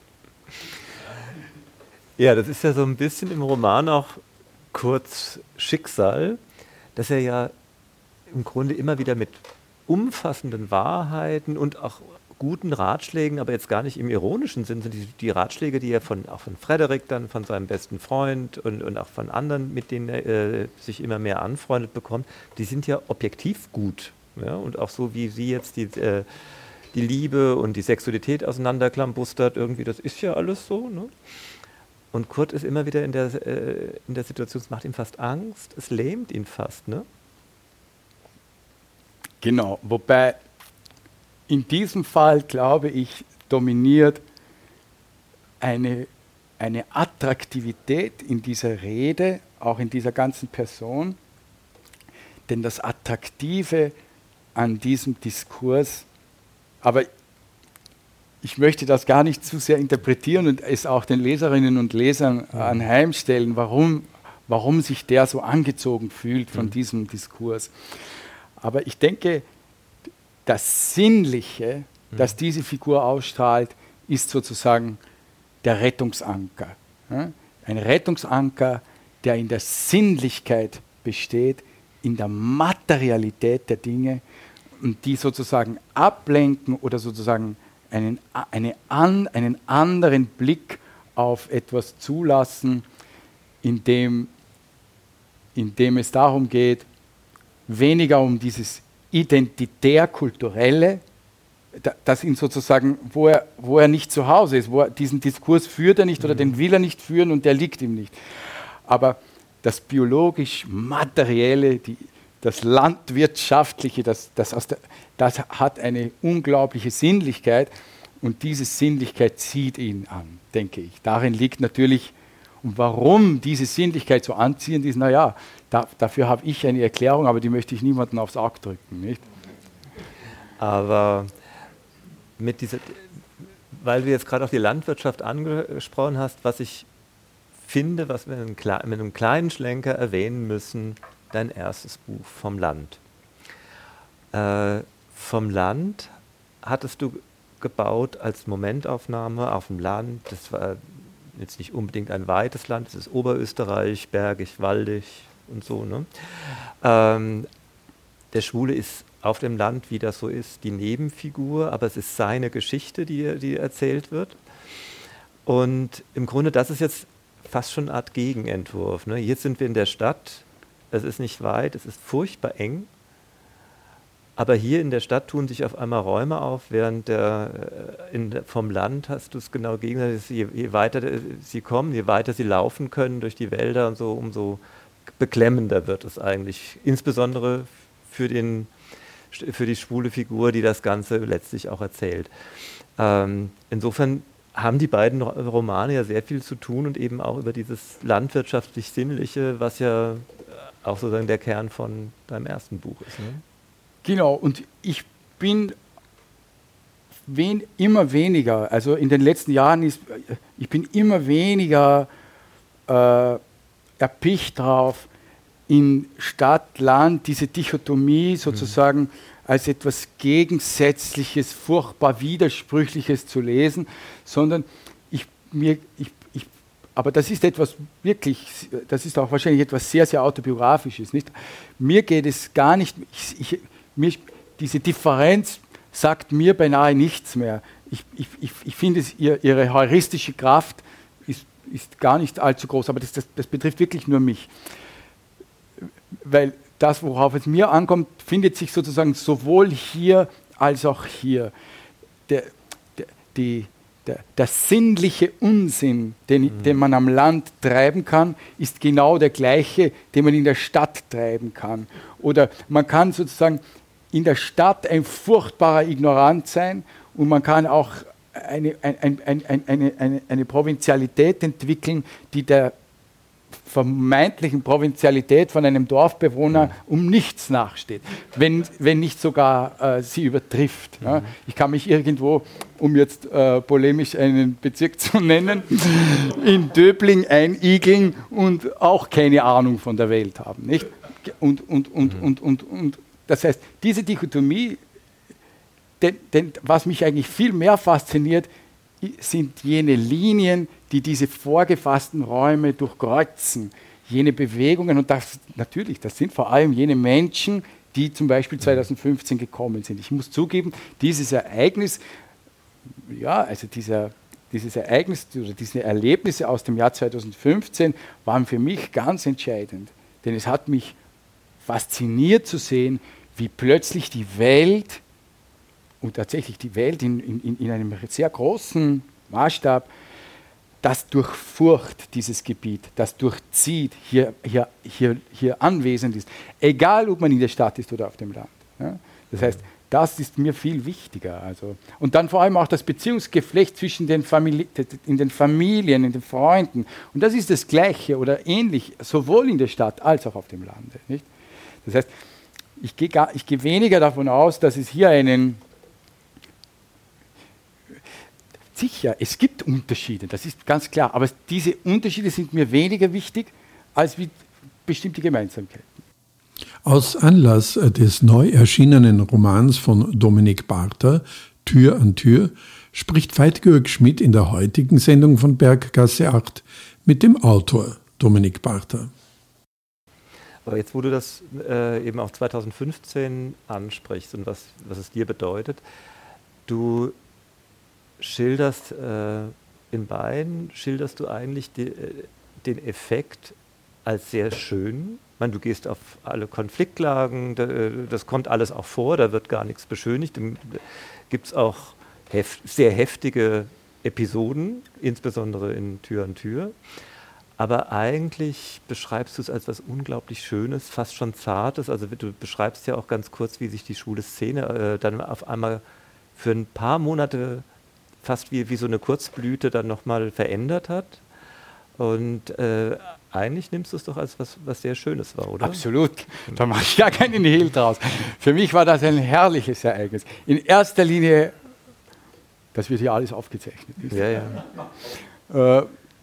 Ja, das ist ja so ein bisschen im Roman auch kurz Schicksal, dass er ja im Grunde immer wieder mit umfassenden Wahrheiten und auch guten Ratschlägen, aber jetzt gar nicht im ironischen Sinn, sind die, die Ratschläge, die er von, auch von Frederik dann, von seinem besten Freund und, und auch von anderen, mit denen er äh, sich immer mehr anfreundet bekommt, die sind ja objektiv gut. Ja? Und auch so, wie sie jetzt die, äh, die Liebe und die Sexualität auseinanderklambustert, irgendwie, das ist ja alles so, ne? Und Kurt ist immer wieder in der, äh, in der Situation, es macht ihm fast Angst, es lähmt ihn fast, ne? Genau, wobei in diesem Fall, glaube ich, dominiert eine, eine Attraktivität in dieser Rede, auch in dieser ganzen Person, denn das Attraktive an diesem Diskurs, aber ich möchte das gar nicht zu sehr interpretieren und es auch den Leserinnen und Lesern anheimstellen, warum, warum sich der so angezogen fühlt von mhm. diesem Diskurs. Aber ich denke, das Sinnliche, mhm. das diese Figur ausstrahlt, ist sozusagen der Rettungsanker. Ja? Ein Rettungsanker, der in der Sinnlichkeit besteht, in der Materialität der Dinge und die sozusagen ablenken oder sozusagen Einen, eine an, einen anderen Blick auf etwas zulassen, in dem, in dem es darum geht, weniger um dieses Identitär-Kulturelle, das ihn sozusagen, wo er, wo er nicht zu Hause ist, wo er, diesen Diskurs führt er nicht mhm. oder den will er nicht führen und der liegt ihm nicht. Aber das biologisch-materielle, die das Landwirtschaftliche, das, das, aus der, das hat eine unglaubliche Sinnlichkeit und diese Sinnlichkeit zieht ihn an, denke ich. Darin liegt natürlich Und warum diese Sinnlichkeit so anziehend ist, naja, da, dafür habe ich eine Erklärung, aber die möchte ich niemandem aufs Auge drücken. Nicht? Aber mit dieser, weil du jetzt gerade auch die Landwirtschaft angesprochen hast, was ich finde, was wir mit einem kleinen Schlenker erwähnen müssen, dein erstes Buch Vom Land. Äh, vom Land hattest du gebaut als Momentaufnahme auf dem Land. Das war jetzt nicht unbedingt ein weites Land, es ist Oberösterreich, bergig, waldig und so. Ne? Ähm, der Schwule ist auf dem Land, wie das so ist, die Nebenfigur, aber es ist seine Geschichte, die, die erzählt wird. Und im Grunde, das ist jetzt fast schon eine Art Gegenentwurf. Ne? Jetzt sind wir in der Stadt, es ist nicht weit, es ist furchtbar eng. Aber hier in der Stadt tun sich auf einmal Räume auf, während der, in, vom Land hast du es genau gegenseitig. Je, je weiter sie kommen, je weiter sie laufen können durch die Wälder und so, umso beklemmender wird es eigentlich. Insbesondere für, den, für die schwule Figur, die das Ganze letztlich auch erzählt. Ähm, insofern haben die beiden Romane ja sehr viel zu tun und eben auch über dieses landwirtschaftlich-sinnliche, was ja auch sozusagen der Kern von deinem ersten Buch ist. Ne? Genau, und ich bin wen, immer weniger, also in den letzten Jahren ist, ich bin immer weniger äh, erpicht drauf, in Stadt, Land diese Dichotomie sozusagen mhm. als etwas Gegensätzliches, furchtbar Widersprüchliches zu lesen, sondern ich, mir, ich, ich, aber das ist etwas wirklich, das ist auch wahrscheinlich etwas sehr, sehr Autobiografisches, nicht? Mir geht es gar nicht, ich, ich, mir, diese Differenz sagt mir beinahe nichts mehr. Ich, ich, ich, ich finde, ihr, ihre heuristische Kraft ist, ist gar nicht allzu groß, aber das, das, das betrifft wirklich nur mich. Weil das, worauf es mir ankommt, findet sich sozusagen sowohl hier als auch hier. Der, der, die, der, der sinnliche Unsinn, den, mhm. den man am Land treiben kann, ist genau der gleiche, den man in der Stadt treiben kann. Oder man kann sozusagen in der Stadt ein furchtbarer Ignorant sein und man kann auch eine, ein, ein, ein, eine, eine, eine Provinzialität entwickeln, die der vermeintlichen Provinzialität von einem Dorfbewohner um nichts nachsteht, wenn, wenn nicht sogar äh, sie übertrifft. Mhm. Ja. Ich kann mich irgendwo, um jetzt äh, polemisch einen Bezirk zu nennen, in Döbling einigeln und auch keine Ahnung von der Welt haben. Nicht? Und, und, und, mhm. und, und, und das heißt, diese Dichotomie, denn, denn was mich eigentlich viel mehr fasziniert, sind jene Linien, die diese vorgefassten Räume durchkreuzen, jene Bewegungen. Und das natürlich, das sind vor allem jene Menschen, die zum Beispiel zweitausendfünfzehn gekommen sind. Ich muss zugeben, dieses Ereignis, ja, also dieser, dieses Ereignis oder diese Erlebnisse aus dem Jahr zweitausendfünfzehn waren für mich ganz entscheidend. Denn es hat mich fasziniert zu sehen, wie plötzlich die Welt, und tatsächlich die Welt in, in, in einem sehr großen Maßstab, das durchfurcht dieses Gebiet, das durchzieht, hier, hier, hier, hier anwesend ist, egal ob man in der Stadt ist oder auf dem Land. Ja? Das heißt, das ist mir viel wichtiger. Also. Und dann vor allem auch das Beziehungsgeflecht zwischen den Famili- in den Familien, in den Freunden. Und das ist das Gleiche oder ähnlich, sowohl in der Stadt als auch auf dem Lande. Nicht? Das heißt, ich gehe gar, ich gehe weniger davon aus, dass es hier einen Sicher, es gibt Unterschiede, das ist ganz klar, aber diese Unterschiede sind mir weniger wichtig als wie bestimmte Gemeinsamkeiten. Aus Anlass des neu erschienenen Romans von Dominik Barther, Tür an Tür, spricht Veit-Georg Schmidt in der heutigen Sendung von Berggasse acht mit dem Autor Dominik Barther. Aber jetzt, wo du das äh, eben auch zweitausendfünfzehn ansprichst und was, was es dir bedeutet, du schilderst äh, in beiden, schilderst du eigentlich die, äh, den Effekt als sehr schön. Ich meine, du gehst auf alle Konfliktlagen, da, das kommt alles auch vor, da wird gar nichts beschönigt. Da gibt es auch hef- sehr heftige Episoden, insbesondere in Tür an Tür. Aber eigentlich beschreibst du es als was unglaublich Schönes, fast schon Zartes. Also du beschreibst ja auch ganz kurz, wie sich die schwule Szene äh, dann auf einmal für ein paar Monate fast wie, wie so eine Kurzblüte dann nochmal verändert hat. Und äh, eigentlich nimmst du es doch als was, was sehr Schönes war, oder? Absolut, da mache ich ja keinen Hehl draus. Für mich war das ein herrliches Ereignis. In erster Linie, das wird hier alles aufgezeichnet. Ja, ja. Äh,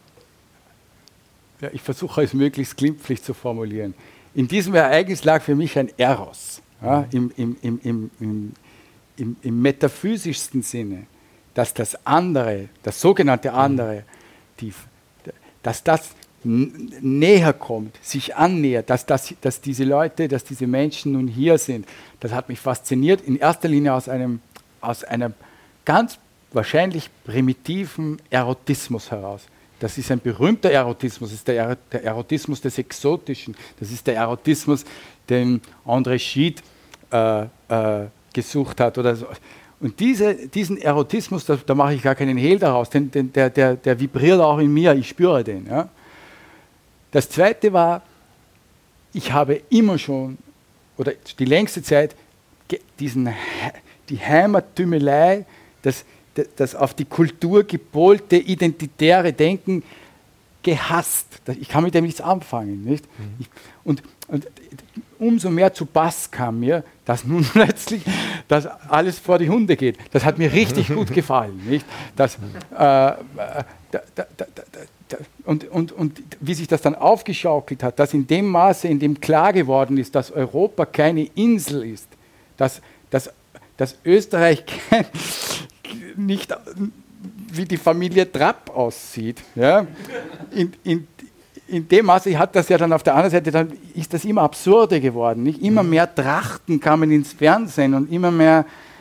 ja, ich versuche es möglichst glimpflich zu formulieren. In diesem Ereignis lag für mich ein Eros, ja, im, im, im, im, im, im, im metaphysischsten Sinne, dass das andere, das sogenannte andere, die, dass das n- näher kommt, sich annähert, dass, das, dass diese Leute, dass diese Menschen nun hier sind. Das hat mich fasziniert, in erster Linie aus einem, aus einem ganz wahrscheinlich primitiven Erotismus heraus. Das ist ein berühmter Erotismus, das ist der, er- der Erotismus des Exotischen, das ist der Erotismus, den André Gide äh, äh, gesucht hat. Oder so. Und diese, diesen Erotismus, da, da mache ich gar keinen Hehl daraus, denn, denn der, der, der vibriert auch in mir, ich spüre den. Ja. Das Zweite war, ich habe immer schon, oder die längste Zeit, ge- diesen, He- die Heimattümelei, das das auf die Kultur gepolte, identitäre Denken gehasst. Ich kann mit dem nichts anfangen. Nicht? Mhm. Ich, und, und umso mehr zu Pass kam mir, dass nun plötzlich das alles vor die Hunde geht. Das hat mir richtig gut gefallen. Nicht? Das, äh, da, da, da, da, da, und, und, und wie sich das dann aufgeschaukelt hat, dass in dem Maße, in dem klar geworden ist, dass Europa keine Insel ist, dass, dass, dass Österreich kein nicht wie die Familie Trapp aussieht. Ja? In, in, in dem Maße hat das ja dann auf der anderen Seite, dann ist das immer absurder geworden. Nicht? Immer mehr Trachten kamen ins Fernsehen und immer mehr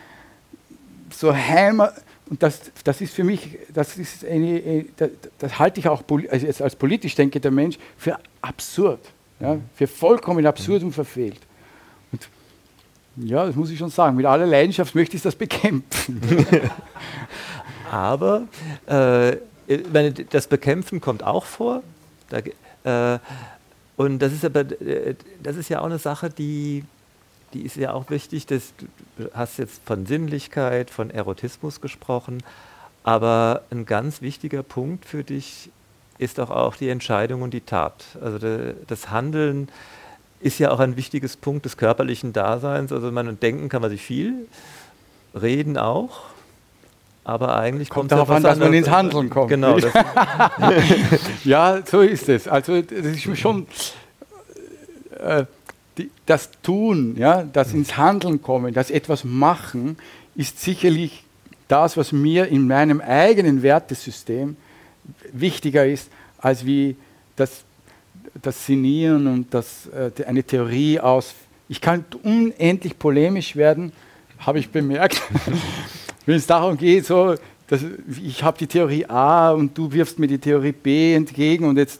so Heimat. Und das, das ist für mich, das, ist eine, das, das halte ich auch also jetzt als politisch denkender Mensch für absurd. Ja? Für vollkommen absurd und verfehlt. Und ja, das muss ich schon sagen. Mit aller Leidenschaft möchte ich das bekämpfen. Aber äh, meine, das Bekämpfen kommt auch vor. Da, äh, und das ist aber, äh, das ist ja auch eine Sache, die, die ist ja auch wichtig. Dass, du hast jetzt von Sinnlichkeit, von Erotismus gesprochen. Aber ein ganz wichtiger Punkt für dich ist doch auch die Entscheidung und die Tat. Also de, das Handeln ist ja auch ein wichtiges Punkt des körperlichen Daseins. Also man denken kann man sich viel, reden auch, aber eigentlich kommt es darauf an, dass man ins Handeln kommt. Genau. Das ja, so ist es. Also das ist schon äh, die, das Tun, ja, das ins Handeln kommen, das etwas machen, ist sicherlich das, was mir in meinem eigenen Wertesystem wichtiger ist, als wie das das Sinnieren und das, äh, eine Theorie aus. Ich kann unendlich polemisch werden, habe ich bemerkt, wenn es darum geht, so, dass ich habe die Theorie A und du wirfst mir die Theorie B entgegen und jetzt,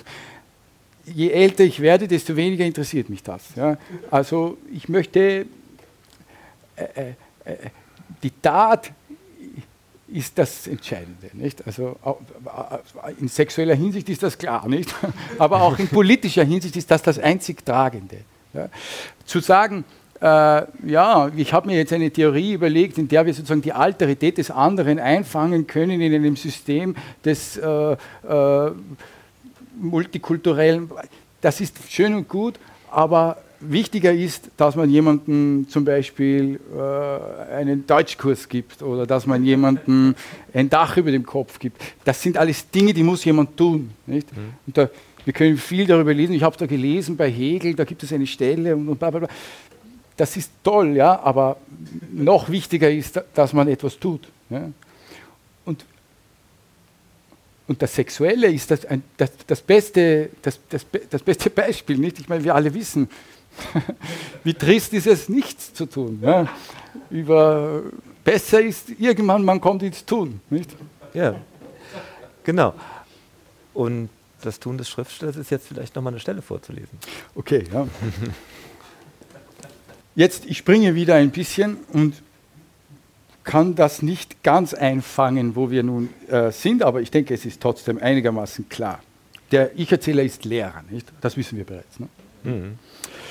je älter ich werde, desto weniger interessiert mich das. Ja. Also ich möchte, äh, äh, die Tat ist das Entscheidende. Nicht? Also in sexueller Hinsicht ist das klar, nicht? Aber auch in politischer Hinsicht ist das das einzig Tragende. Ja? Zu sagen, äh, ja, ich habe mir jetzt eine Theorie überlegt, in der wir sozusagen die Alterität des anderen einfangen können in einem System des äh, äh, multikulturellen, das ist schön und gut, aber wichtiger ist, dass man jemandem zum Beispiel äh, einen Deutschkurs gibt oder dass man jemandem ein Dach über dem Kopf gibt. Das sind alles Dinge, die muss jemand tun. Nicht? Mhm. Und da, wir können viel darüber lesen. Ich habe da gelesen bei Hegel, da gibt es eine Stelle und, und bla bla bla. Das ist toll, ja, aber noch wichtiger ist, dass man etwas tut. Ja? Und, und das Sexuelle ist das, ein, das, das, beste, das, das, das beste Beispiel. Nicht? Ich meine, wir alle wissen, wie trist ist es, nichts zu tun. Ja? Über, besser ist irgendwann, man kommt ins Tun. Nicht? Ja, genau. Und das Tun des Schriftstellers ist jetzt vielleicht nochmal eine Stelle vorzulesen. Okay, ja. Jetzt, ich springe wieder ein bisschen und kann das nicht ganz einfangen, wo wir nun äh, sind, aber ich denke, es ist trotzdem einigermaßen klar. Der Ich-Erzähler ist Lehrer, nicht? Das wissen wir bereits. Ne? Mhm.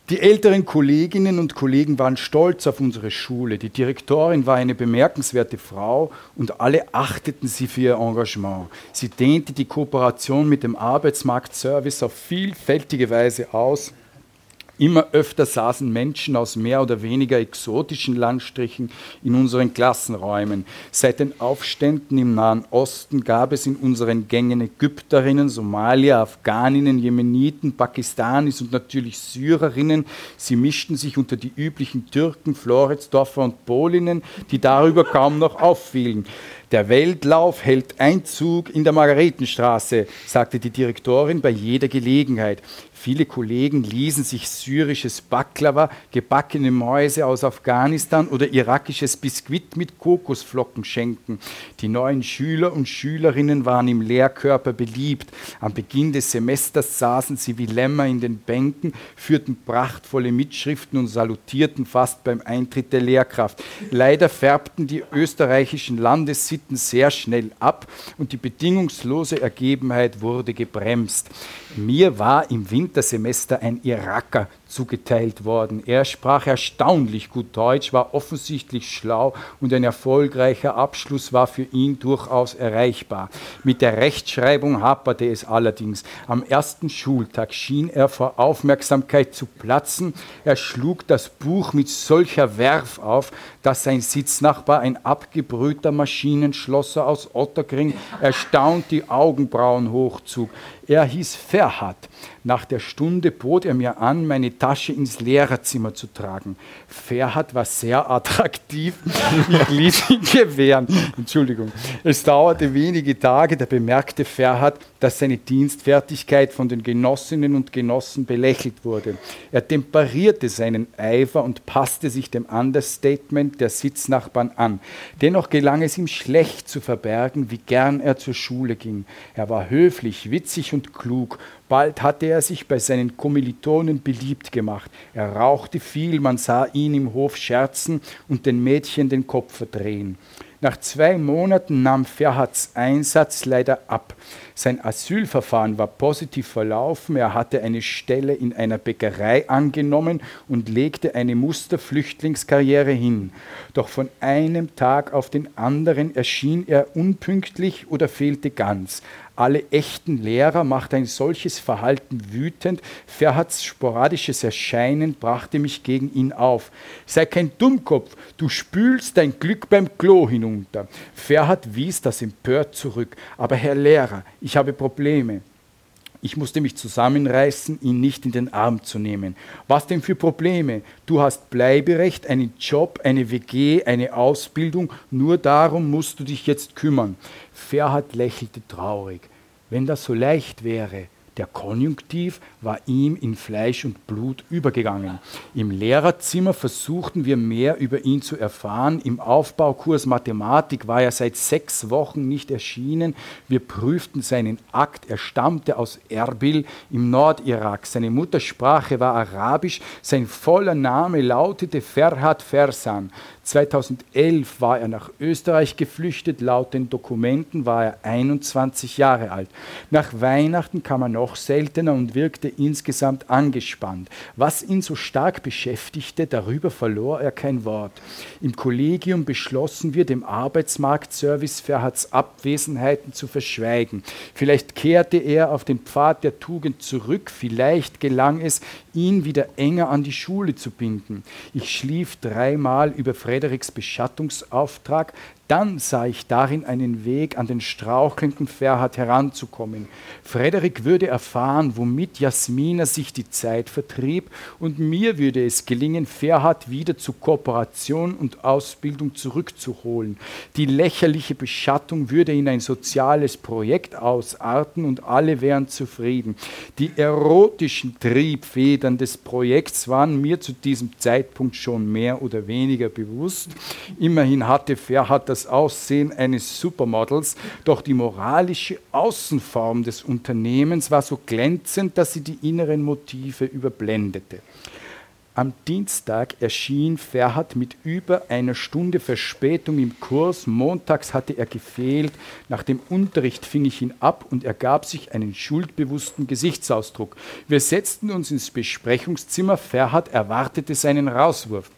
Die älteren Kolleginnen und Kollegen waren stolz auf unsere Schule. Die Direktorin war eine bemerkenswerte Frau und alle achteten sie für ihr Engagement. Sie dehnte die Kooperation mit dem Arbeitsmarktservice auf vielfältige Weise aus. Immer öfter saßen Menschen aus mehr oder weniger exotischen Landstrichen in unseren Klassenräumen. Seit den Aufständen im Nahen Osten gab es in unseren Gängen Ägypterinnen, Somalier, Afghaninnen, Jemeniten, Pakistanis und natürlich Syrerinnen. Sie mischten sich unter die üblichen Türken, Floridsdorfer und Polinnen, die darüber kaum noch auffielen. Der Weltlauf hält Einzug in der Margaretenstraße, sagte die Direktorin bei jeder Gelegenheit. Viele Kollegen ließen sich syrisches Baklava, gebackene Mäuse aus Afghanistan oder irakisches Biskuit mit Kokosflocken schenken. Die neuen Schüler und Schülerinnen waren im Lehrkörper beliebt. Am Beginn des Semesters saßen sie wie Lämmer in den Bänken, führten prachtvolle Mitschriften und salutierten fast beim Eintritt der Lehrkraft. Leider färbten die österreichischen Landessitten sehr schnell ab und die bedingungslose Ergebenheit wurde gebremst. Mir war im Wintersemester ein Iraker zugeteilt worden. Er sprach erstaunlich gut Deutsch, war offensichtlich schlau und ein erfolgreicher Abschluss war für ihn durchaus erreichbar. Mit der Rechtschreibung haperte es allerdings. Am ersten Schultag schien er vor Aufmerksamkeit zu platzen. Er schlug das Buch mit solcher Werf auf, dass sein Sitznachbar, ein abgebrühter Maschinenschlosser aus Otterkring, erstaunt die Augenbrauen hochzog. Er hieß Ferhat. Nach der Stunde bot er mir an, meine Tasche ins Lehrerzimmer zu tragen. Ferhat war sehr attraktiv. Ich ließ ihn gewähren. Entschuldigung. Es dauerte wenige Tage, da bemerkte Ferhat, dass seine Dienstfertigkeit von den Genossinnen und Genossen belächelt wurde. Er temperierte seinen Eifer und passte sich dem Understatement der Sitznachbarn an. Dennoch gelang es ihm schlecht zu verbergen, wie gern er zur Schule ging. Er war höflich, witzig und klug. Bald hatte er sich bei seinen Kommilitonen beliebt gemacht. Er rauchte viel, man sah ihn im Hof scherzen und den Mädchen den Kopf verdrehen. Nach zwei Monaten nahm Ferhats Einsatz leider ab. Sein Asylverfahren war positiv verlaufen. Er hatte eine Stelle in einer Bäckerei angenommen und legte eine Musterflüchtlingskarriere hin. Doch von einem Tag auf den anderen erschien er unpünktlich oder fehlte ganz. Alle echten Lehrer machte ein solches Verhalten wütend. Ferhats sporadisches Erscheinen brachte mich gegen ihn auf. Sei kein Dummkopf, du spülst dein Glück beim Klo hinunter. Ferhat wies das empört zurück. Aber Herr Lehrer, ich habe Probleme. Ich musste mich zusammenreißen, ihn nicht in den Arm zu nehmen. Was denn für Probleme? Du hast Bleiberecht, einen Job, eine W G, eine Ausbildung. Nur darum musst du dich jetzt kümmern. Ferhat lächelte traurig. Wenn das so leicht wäre. Der Konjunktiv war ihm in Fleisch und Blut übergegangen. Im Lehrerzimmer versuchten wir mehr über ihn zu erfahren. Im Aufbaukurs Mathematik war er seit sechs Wochen nicht erschienen. Wir prüften seinen Akt. Er stammte aus Erbil im Nordirak. Seine Muttersprache war Arabisch. Sein voller Name lautete Ferhat Fersan. zweitausendelf war er nach Österreich geflüchtet. Laut den Dokumenten war er einundzwanzig Jahre alt. Nach Weihnachten kam er noch seltener und wirkte insgesamt angespannt. Was ihn so stark beschäftigte, darüber verlor er kein Wort. Im Kollegium beschlossen wir, dem Arbeitsmarktservice Ferhats Abwesenheiten zu verschweigen. Vielleicht kehrte er auf den Pfad der Tugend zurück, vielleicht gelang es, ihn wieder enger an die Schule zu binden. Ich schlief dreimal über Frederiks Beschattungsauftrag, dann sah ich darin einen Weg, an den strauchelnden Ferhat heranzukommen. Frederik würde erfahren, womit Jasmina sich die Zeit vertrieb, und mir würde es gelingen, Ferhat wieder zu Kooperation und Ausbildung zurückzuholen. Die lächerliche Beschattung würde in ein soziales Projekt ausarten und alle wären zufrieden. Die erotischen Triebfedern des Projekts waren mir zu diesem Zeitpunkt schon mehr oder weniger bewusst. Immerhin hatte Ferhat das Aussehen eines Supermodels, doch die moralische Außenform des Unternehmens war so glänzend, dass sie die inneren Motive überblendete. Am Dienstag erschien Ferhat mit über einer Stunde Verspätung im Kurs. Montags hatte er gefehlt. Nach dem Unterricht fing ich ihn ab und er gab sich einen schuldbewussten Gesichtsausdruck. Wir setzten uns ins Besprechungszimmer. Ferhat erwartete seinen Rauswurf.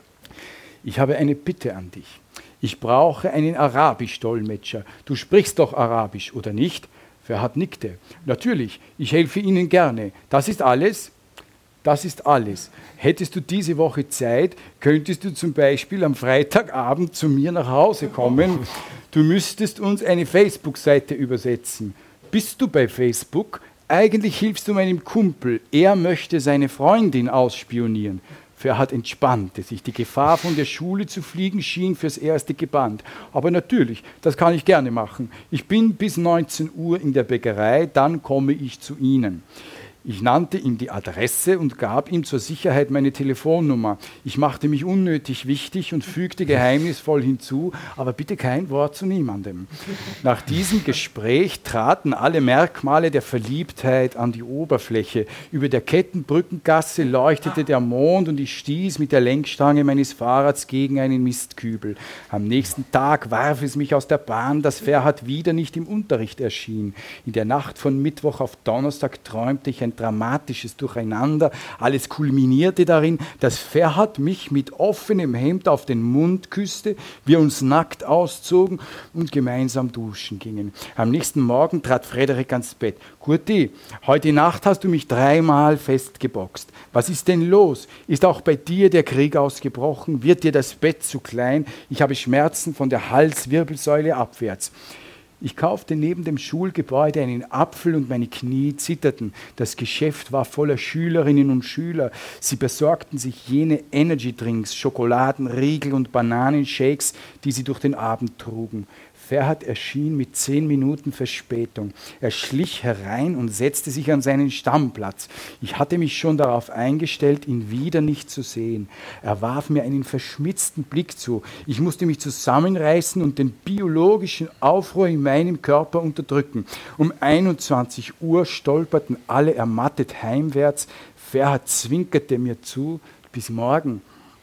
Ich habe eine Bitte an dich. Ich brauche einen Arabisch-Dolmetscher. Du sprichst doch Arabisch, oder nicht? Ferhat nickte. Natürlich, ich helfe Ihnen gerne. Das ist alles? Das ist alles. Hättest du diese Woche Zeit, könntest du zum Beispiel am Freitagabend zu mir nach Hause kommen. Du müsstest uns eine Facebook-Seite übersetzen. Bist du bei Facebook? Eigentlich hilfst du meinem Kumpel. Er möchte seine Freundin ausspionieren. Ferhat entspannte sich. Die Gefahr, von der Schule zu fliegen, schien fürs Erste gebannt. Aber natürlich, das kann ich gerne machen. Ich bin bis neunzehn Uhr in der Bäckerei, dann komme ich zu Ihnen. Ich nannte ihm die Adresse und gab ihm zur Sicherheit meine Telefonnummer. Ich machte mich unnötig wichtig und fügte geheimnisvoll hinzu, aber bitte kein Wort zu niemandem. Nach diesem Gespräch traten alle Merkmale der Verliebtheit an die Oberfläche. Über der Kettenbrückengasse leuchtete der Mond und ich stieß mit der Lenkstange meines Fahrrads gegen einen Mistkübel. Am nächsten Tag warf es mich aus der Bahn, dass Ferhat wieder nicht im Unterricht erschien. In der Nacht von Mittwoch auf Donnerstag träumte ich ein dramatisches Durcheinander. Alles kulminierte darin, dass Ferhat mich mit offenem Hemd auf den Mund küsste, wir uns nackt auszogen und gemeinsam duschen gingen. Am nächsten Morgen trat Frederik ans Bett. Kurti, heute Nacht hast du mich dreimal festgeboxt. Was ist denn los? Ist auch bei dir der Krieg ausgebrochen? Wird dir das Bett zu klein? Ich habe Schmerzen von der Halswirbelsäule abwärts. Ich kaufte neben dem Schulgebäude einen Apfel und meine Knie zitterten. Das Geschäft war voller Schülerinnen und Schüler. Sie besorgten sich jene Energy-Drinks, Schokoladen, Riegel und Bananenshakes, die sie durch den Abend trugen. Ferhat erschien mit zehn Minuten Verspätung. Er schlich herein und setzte sich an seinen Stammplatz. Ich hatte mich schon darauf eingestellt, ihn wieder nicht zu sehen. Er warf mir einen verschmitzten Blick zu. Ich musste mich zusammenreißen und den biologischen Aufruhr in meinem Körper unterdrücken. Um einundzwanzig Uhr stolperten alle ermattet heimwärts. Ferhat zwinkerte mir zu. Bis morgen.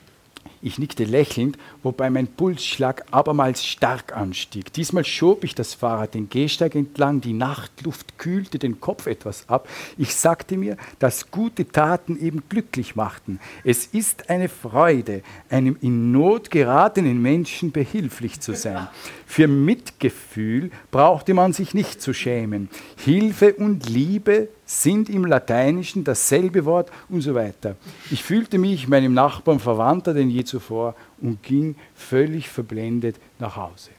Ich nickte lächelnd, wobei mein Pulsschlag abermals stark anstieg. Diesmal schob ich das Fahrrad den Gehsteig entlang, die Nachtluft kühlte den Kopf etwas ab. Ich sagte mir, dass gute Taten eben glücklich machten. Es ist eine Freude, einem in Not geratenen Menschen behilflich zu sein. Für Mitgefühl brauchte man sich nicht zu schämen. Hilfe und Liebe sind im Lateinischen dasselbe Wort und so weiter. Ich fühlte mich meinem Nachbarn verwandter denn je zuvor und ging völlig verblendet nach Hause.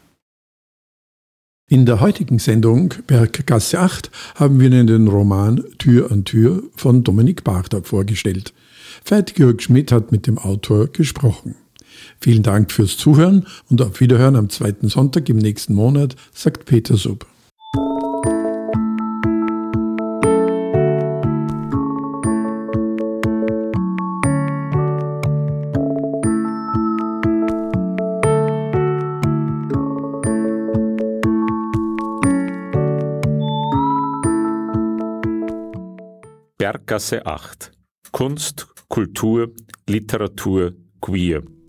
In der heutigen Sendung Berggasse acht haben wir Ihnen den Roman Tür an Tür von Dominik Bachter vorgestellt. Veit-Georg Schmidt hat mit dem Autor gesprochen. Vielen Dank fürs Zuhören und auf Wiederhören am zweiten Sonntag im nächsten Monat, sagt Peter Sub. Berggasse acht. Kunst, Kultur, Literatur, Queer.